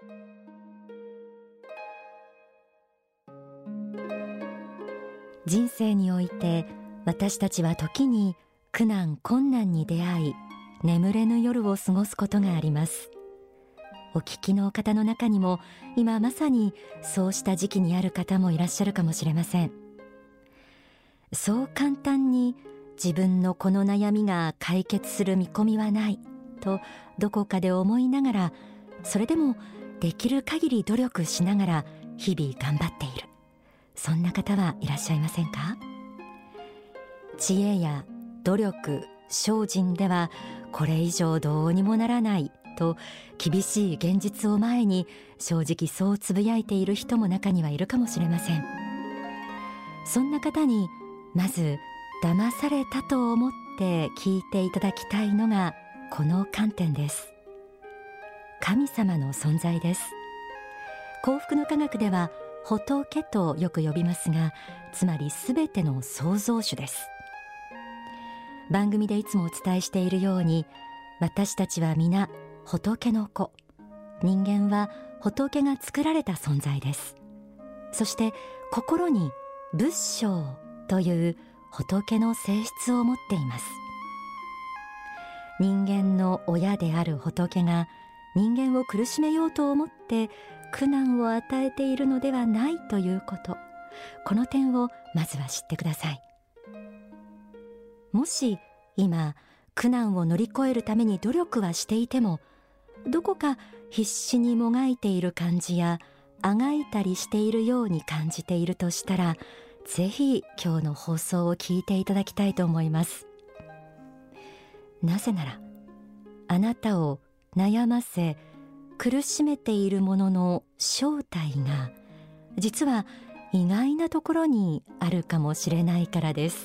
人生において私たちは時に苦難困難に出会い、眠れぬ夜を過ごすことがあります。お聞きの方の中にも今まさにそうした時期にある方もいらっしゃるかもしれません。そう簡単に自分のこの悩みが解決する見込みはないとどこかで思いながら、それでもできる限り努力しながら日々頑張っている、そんな方はいらっしゃいませんか？知恵や努力、精進ではこれ以上どうにもならないと厳しい現実を前に正直そうつぶやいている人も中にはいるかもしれません。そんな方にまず騙されたと思って聞いていただきたいのがこの観点です。神様の存在です。幸福の科学では仏とよく呼びますが、つまりすべての創造主です。番組でいつもお伝えしているように、私たちは皆仏の子、人間は仏が作られた存在です。そして心に仏性という仏の性質を持っています。人間の親である仏が人間を苦しめようと思って苦難を与えているのではないということ、この点をまずは知ってください。もし今苦難を乗り越えるために努力はしていても、どこか必死にもがいている感じやあがいたりしているように感じているとしたら、ぜひ今日の放送を聞いていただきたいと思います。なぜなら、あなたを悩ませ苦しめているものの正体が実は意外なところにあるかもしれないからです。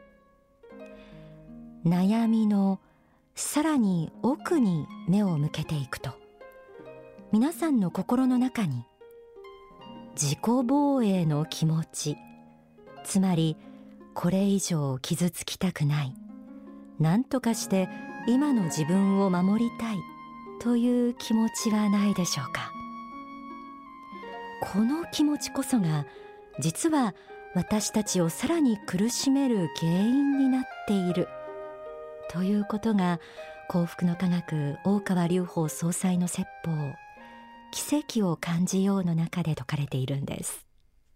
悩みのさらに奥に目を向けていくと、皆さんの心の中に自己防衛の気持ち、つまりこれ以上傷つきたくない、何とかして今の自分を守りたいという気持ちはないでしょうか。この気持ちこそが実は私たちをさらに苦しめる原因になっているということが、幸福の科学大川隆法総裁の説法奇跡を感じようの中で説かれているんです。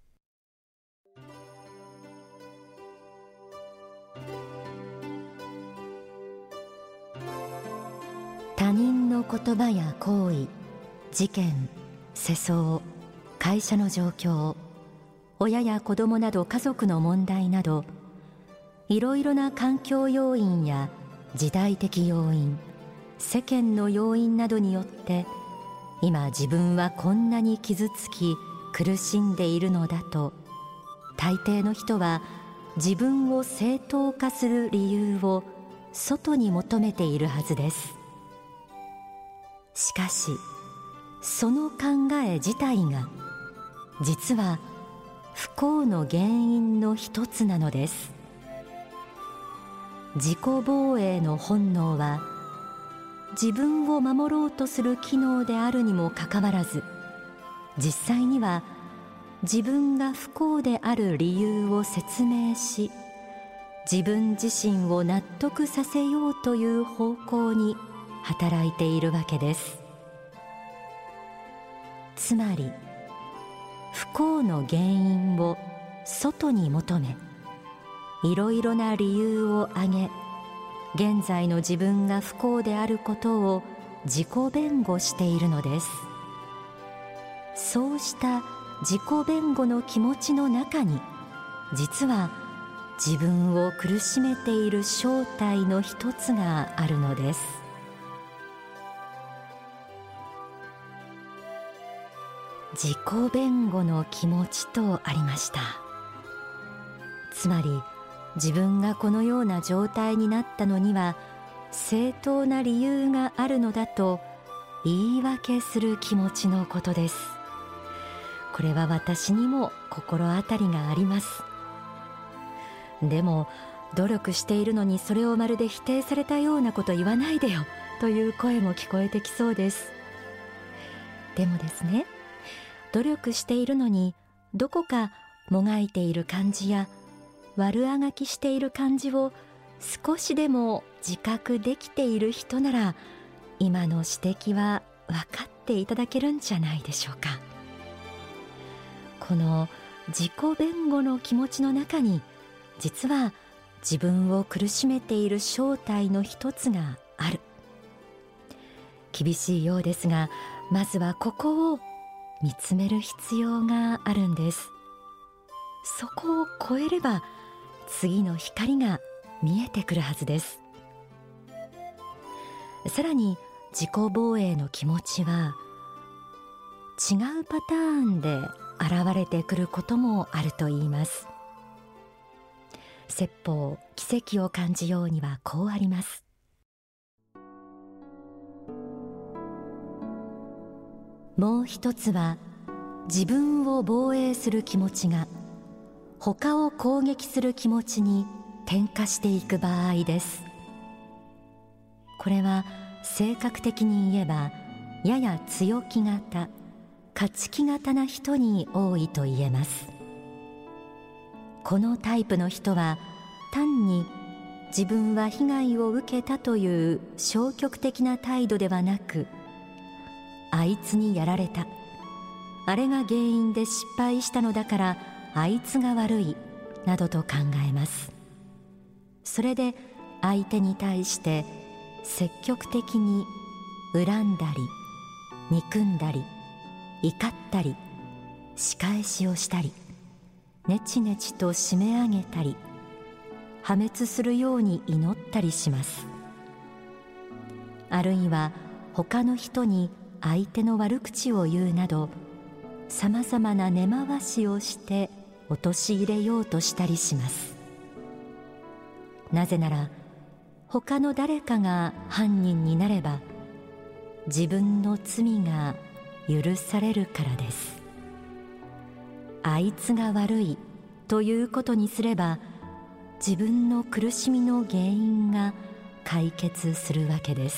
他人の言葉や行為、事件、世相、会社の状況、親や子供など家族の問題など、いろいろな環境要因や時代的要因、世間の要因などによって今自分はこんなに傷つき苦しんでいるのだと、大抵の人は自分を正当化する理由を外に求めているはずです。しかしその考え自体が実は不幸の原因の一つなのです。自己防衛の本能は自分を守ろうとする機能であるにもかかわらず、実際には自分が不幸である理由を説明し、自分自身を納得させようという方向に働いているわけです。つまり不幸の原因を外に求め、いろいろな理由を挙げ、現在の自分が不幸であることを自己弁護しているのです。そうした自己弁護の気持ちの中に、実は自分を苦しめている正体の一つがあるのです。自己弁護の気持ちとありました。つまり自分がこのような状態になったのには正当な理由があるのだと言い訳する気持ちのことです。これは私にも心当たりがあります。でも努力しているのにそれをまるで否定されたようなこと言わないでよという声も聞こえてきそうです。 でもですね、努力しているのにどこかもがいている感じや悪あがきしている感じを少しでも自覚できている人なら、今の指摘は分かっていただけるんじゃないでしょうか。この自己弁護の気持ちの中に、実は自分を苦しめている正体の一つがある。厳しいようですが、まずはここを見つめる必要があるんです。そこを越えれば次の光が見えてくるはずです。さらに自己防衛の気持ちは違うパターンで現れてくることもあるといいます。説法奇跡を感じようにはこうあります。もう一つは、自分を防衛する気持ちが他を攻撃する気持ちに転化していく場合です。これは性格的に言えばやや強気型、勝ち気型な人に多いと言えます。このタイプの人は単に自分は被害を受けたという消極的な態度ではなく、あいつにやられた、あれが原因で失敗したのだからあいつが悪いなどと考えます。それで相手に対して積極的に恨んだり憎んだり怒ったり仕返しをしたり、ネチネチと締め上げたり破滅するように祈ったりします。あるいは他の人に相手の悪口を言うなど、さまざまな根回しをして陥れようとしたりします。なぜなら他の誰かが犯人になれば自分の罪が許されるからです。あいつが悪いということにすれば、自分の苦しみの原因が解決するわけです。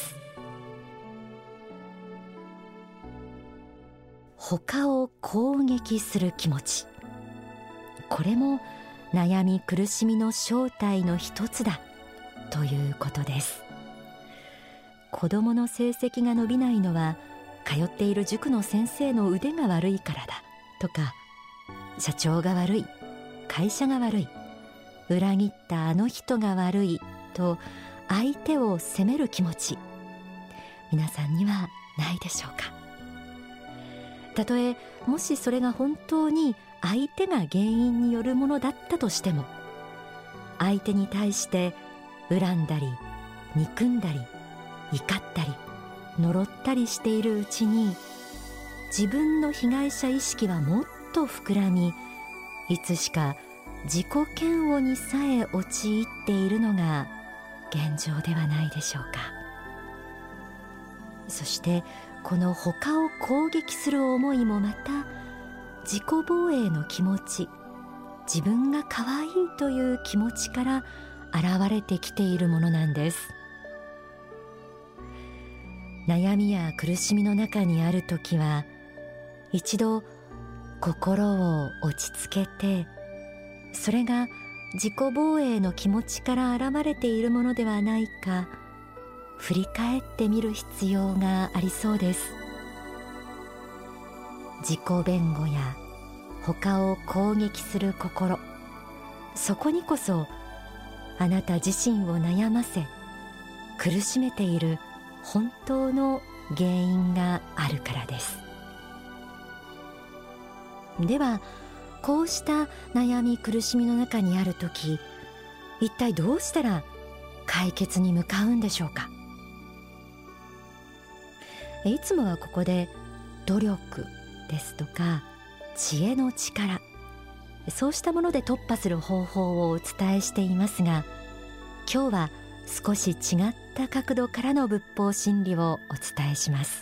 他を攻撃する気持ち、これも悩み苦しみの正体の一つだということです。子どもの成績が伸びないのは通っている塾の先生の腕が悪いからだとか、社長が悪い、会社が悪い、裏切ったあの人が悪いと相手を責める気持ち、皆さんにはないでしょうか。たとえもしそれが本当に相手が原因によるものだったとしても、相手に対して恨んだり憎んだり怒ったり呪ったりしているうちに、自分の被害者意識はもっと膨らみ、いつしか自己嫌悪にさえ陥っているのが現状ではないでしょうか。そしてこの他を攻撃する思いもまた自己防衛の気持ち、自分が可愛いという気持ちから現れてきているものなんです。悩みや苦しみの中にあるときは、一度心を落ち着けて、それが自己防衛の気持ちから現れているものではないか振り返ってみる必要がありそうです。自己弁護や他を攻撃する心、そこにこそあなた自身を悩ませ苦しめている本当の原因があるからです。ではこうした悩み苦しみの中にあるとき、一体どうしたら解決に向かうんでしょうか。いつもはここで努力ですとか知恵の力、そうしたもので突破する方法をお伝えしていますが、今日は少し違った角度からの仏法真理をお伝えします。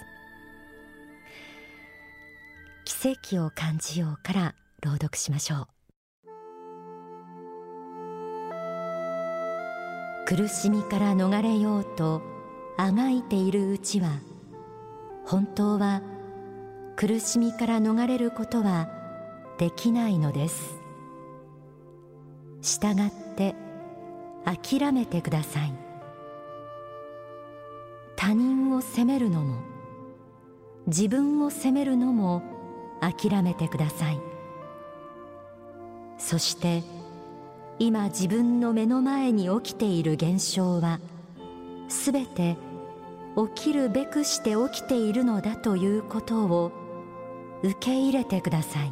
奇跡を感じようから朗読しましょう。苦しみから逃れようとあがいているうちは、本当は苦しみから逃れることはできないのです。したがって諦めてください。他人を責めるのも自分を責めるのも諦めてください。そして今自分の目の前に起きている現象はすべて起きるべくして起きているのだということを受け入れてください。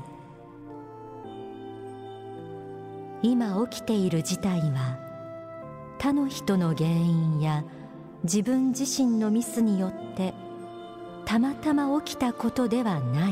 今起きている事態は他の人の原因や自分自身のミスによってたまたま起きたことではない。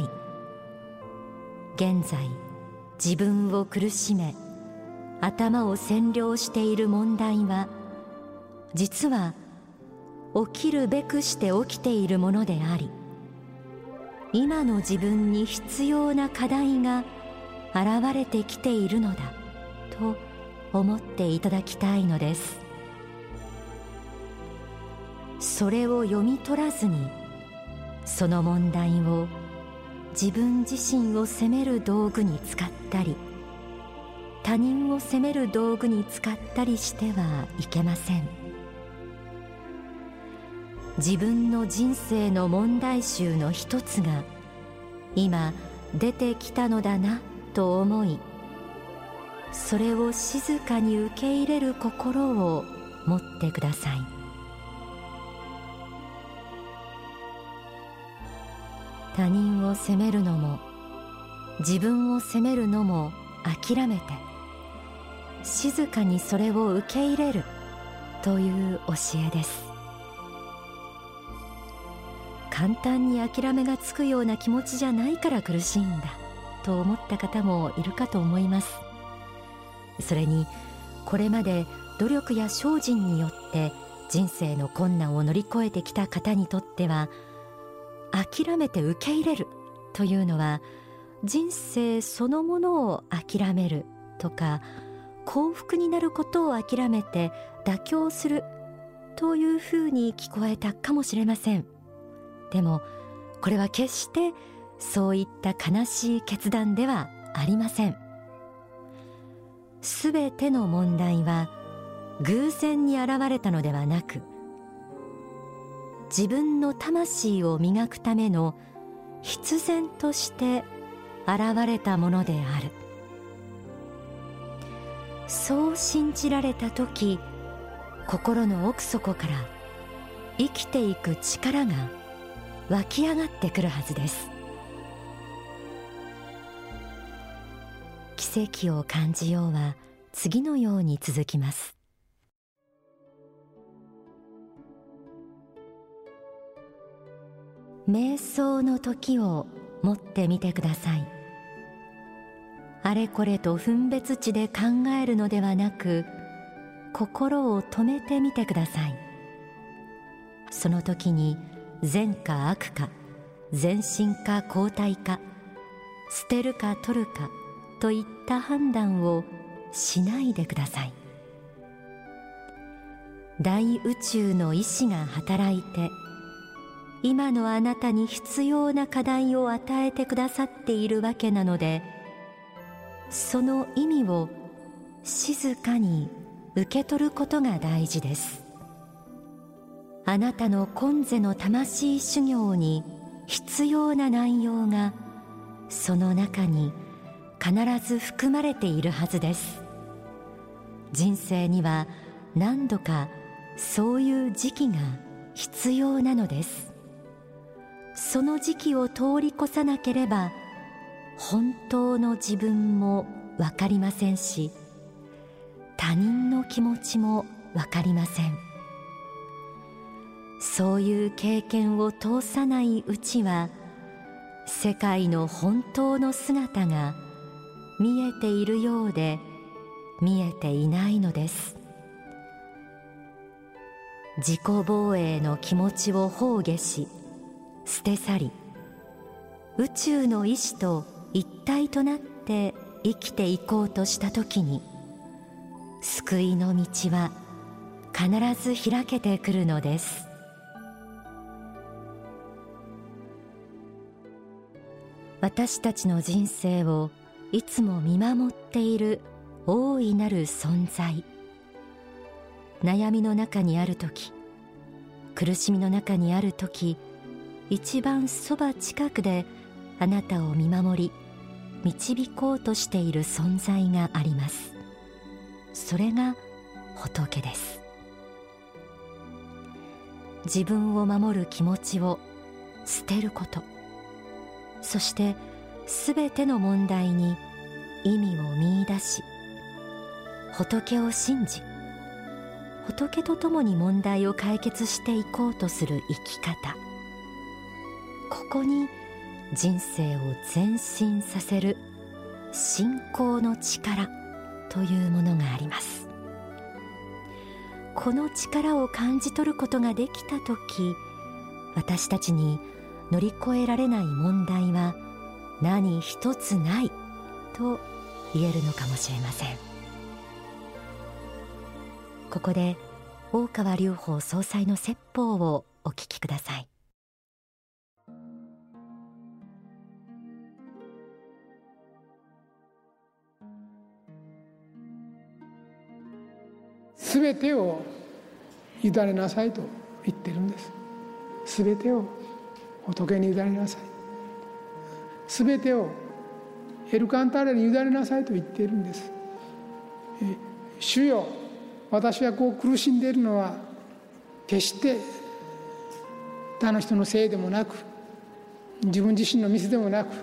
現在自分を苦しめ頭を占領している問題は実は起きるべくして起きているものであり、今の自分に必要な課題が現れてきているのだと思っていただきたいのです。それを読み取らずにその問題を自分自身を責める道具に使ったり他人を責める道具に使ったりしてはいけません。自分の人生の問題集の一つが今出てきたのだなと思い、それを静かに受け入れる心を持ってください。他人を責めるのも自分を責めるのも諦めて静かにそれを受け入れるという教えです。簡単に諦めがつくような気持ちじゃないから苦しいんだと思った方もいるかと思います。それにこれまで努力や精進によって人生の困難を乗り越えてきた方にとっては、諦めて受け入れるというのは人生そのものを諦めるとか幸福になることを諦めて妥協するというふうに聞こえたかもしれません。でもこれは決してそういった悲しい決断ではありません。すべての問題は偶然に現れたのではなく、自分の魂を磨くための必然として現れたものである。そう信じられたとき、心の奥底から生きていく力が湧き上がってくるはずです。奇跡を感じようは次のように続きます。瞑想の時を持ってみてください。あれこれと分別地で考えるのではなく、心を止めてみてください。その時に善か悪か、前進か後退か、捨てるか取るかといった判断をしないでください。大宇宙の意志が働いて、今のあなたに必要な課題を与えてくださっているわけなので、その意味を静かに受け取ることが大事です。あなたの今世の魂修行に必要な内容がその中に必ず含まれているはずです。人生には何度かそういう時期が必要なのです。その時期を通り越さなければ本当の自分も分かりませんし、他人の気持ちも分かりません。そういう経験を通さないうちは、世界の本当の姿が見えているようで見えていないのです。自己防衛の気持ちを放下し捨て去り、宇宙の意志と一体となって生きていこうとしたときに、救いの道は必ず開けてくるのです。 私たちの人生をいつも見守っている大いなる存在。悩みの中にあるとき、苦しみの中にあるとき、一番そば近くであなたを見守り導こうとしている存在があります。それが仏です。自分を守る気持ちを捨てること、そしてすべての問題に意味を見出し、仏を信じ、仏と共に問題を解決していこうとする生き方、ここに人生を前進させる信仰の力というものがあります。この力を感じ取ることができたとき、私たちに乗り越えられない問題は何一つないと言えるのかもしれません。ここで大川隆法総裁の説法をお聞きください。 すべてを委ねなさいと言ってるんです。すべてを仏に委ねなさい、すべてをエルカンターレに委ねなさいと言っているんです。主よ、私はこう苦しんでいるのは決して他の人のせいでもなく、自分自身のミスでもなく、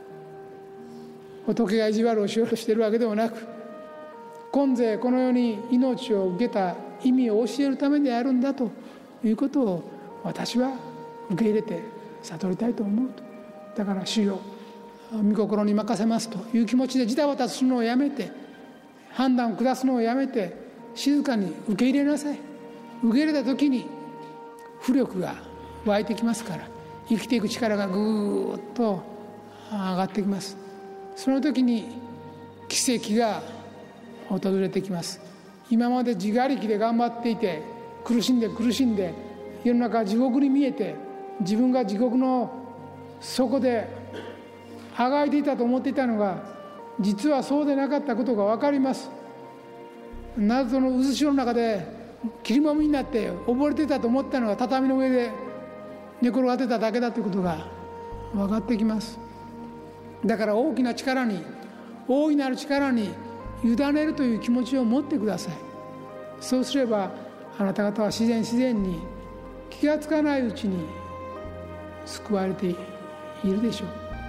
仏が意地悪をしようとしているわけでもなく、今世この世に命を受けた意味を教えるためであるんだということを私は受け入れて悟りたいと思うと。だから主よ、御心に任せますという気持ちでジタバタするのをやめて、判断を下すのをやめて、静かに受け入れなさい。受け入れた時に浮力が湧いてきますから、生きていく力がぐーっと上がってきます。その時に奇跡が訪れてきます。今まで自我力で頑張っていて、苦しんで世の中は地獄に見えて、自分が地獄の底であがいていたと思っていたのが、実はそうでなかったことが分かります。謎の渦潮の中で霧もみになって溺れていたと思ったのが、畳の上で寝転がってただけだということが分かってきます。だから大きな力に、大いなる力に委ねるという気持ちを持ってください。そうすればあなた方は自然に気がつかないうちに救われているでしょう。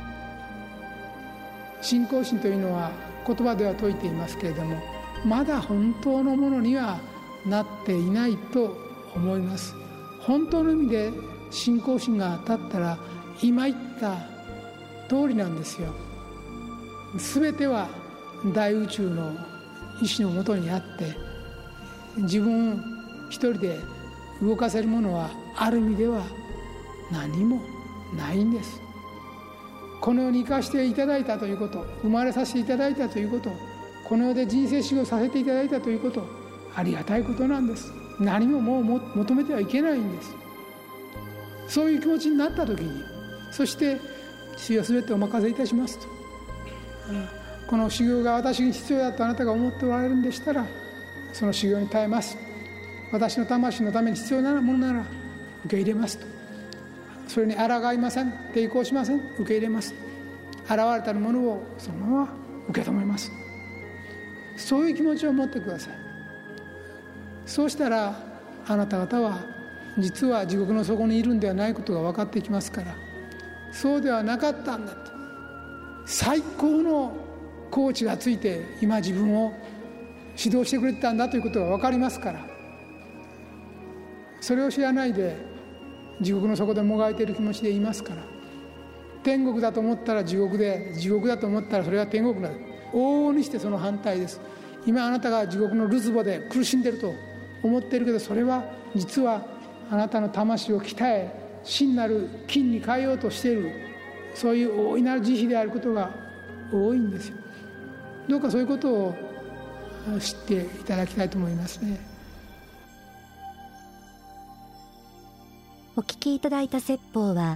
信仰心というのは言葉では説いていますけれども、まだ本当のものにはなっていないと思います。本当の意味で信仰心が立ったら、今言った通りなんですよ。全ては大宇宙の意志のもとにあって、自分一人で動かせるものはある意味では何もないんです。この世に生かしていただいたということ、生まれさせていただいたということ、この世で人生修行させていただいたということ、ありがたいことなんです。何ももう求めてはいけないんです。そういう気持ちになった時に、そして主よ、すべてお任せいたしますと、この修行が私に必要だとあなたが思っておられるんでしたら、その修行に耐えます。私の魂のために必要なものなら受け入れますと、それに抗いません、抵抗しません、受け入れます。現れたるものをそのまま受け止めます。そういう気持ちを持ってください。そうしたらあなた方は実は地獄の底にいるんではないことが分かってきますから、そうではなかったんだと、最高のコーチがついて今自分を指導してくれてたんだということが分かりますから、それを知らないで地獄の底でもがいている気持ちでいますから、天国だと思ったら地獄で、地獄だと思ったらそれは天国だ。往々にしてその反対です。今あなたが地獄のるつぼで苦しんでいると思っているけど、それは実はあなたの魂を鍛え、真なる金に変えようとしている、そういう大いなる慈悲であることが多いんですよ。どうかそういうことを知っていただきたいと思いますね。 お聞きいただいた説法は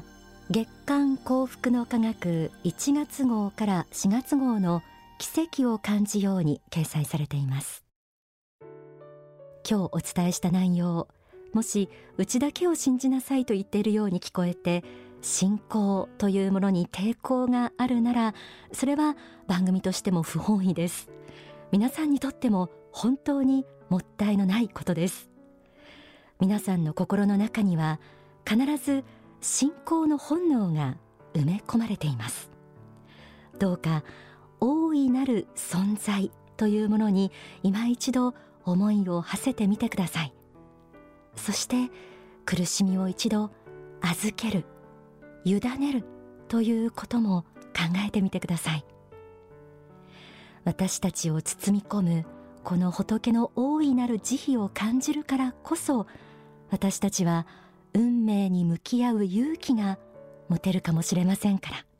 月刊幸福の科学1月号から4月号の奇跡を感じように掲載されています。今日お伝えした内容、もしうちだけを信じなさいと言っているように聞こえて、信仰というものに抵抗があるなら、それは番組としても不本意です。皆さんにとっても本当にもったいのないことです。皆さんの心の中には必ず信仰の本能が埋め込まれています。どうか大いなる存在というものに今一度思いを馳せてみてください。そして苦しみを一度預ける、委ねるということも考えてみてください。私たちを包み込むこの仏の大いなる慈悲を感じるからこそ、私たちは運命に向き合う勇気が持てるかもしれませんから。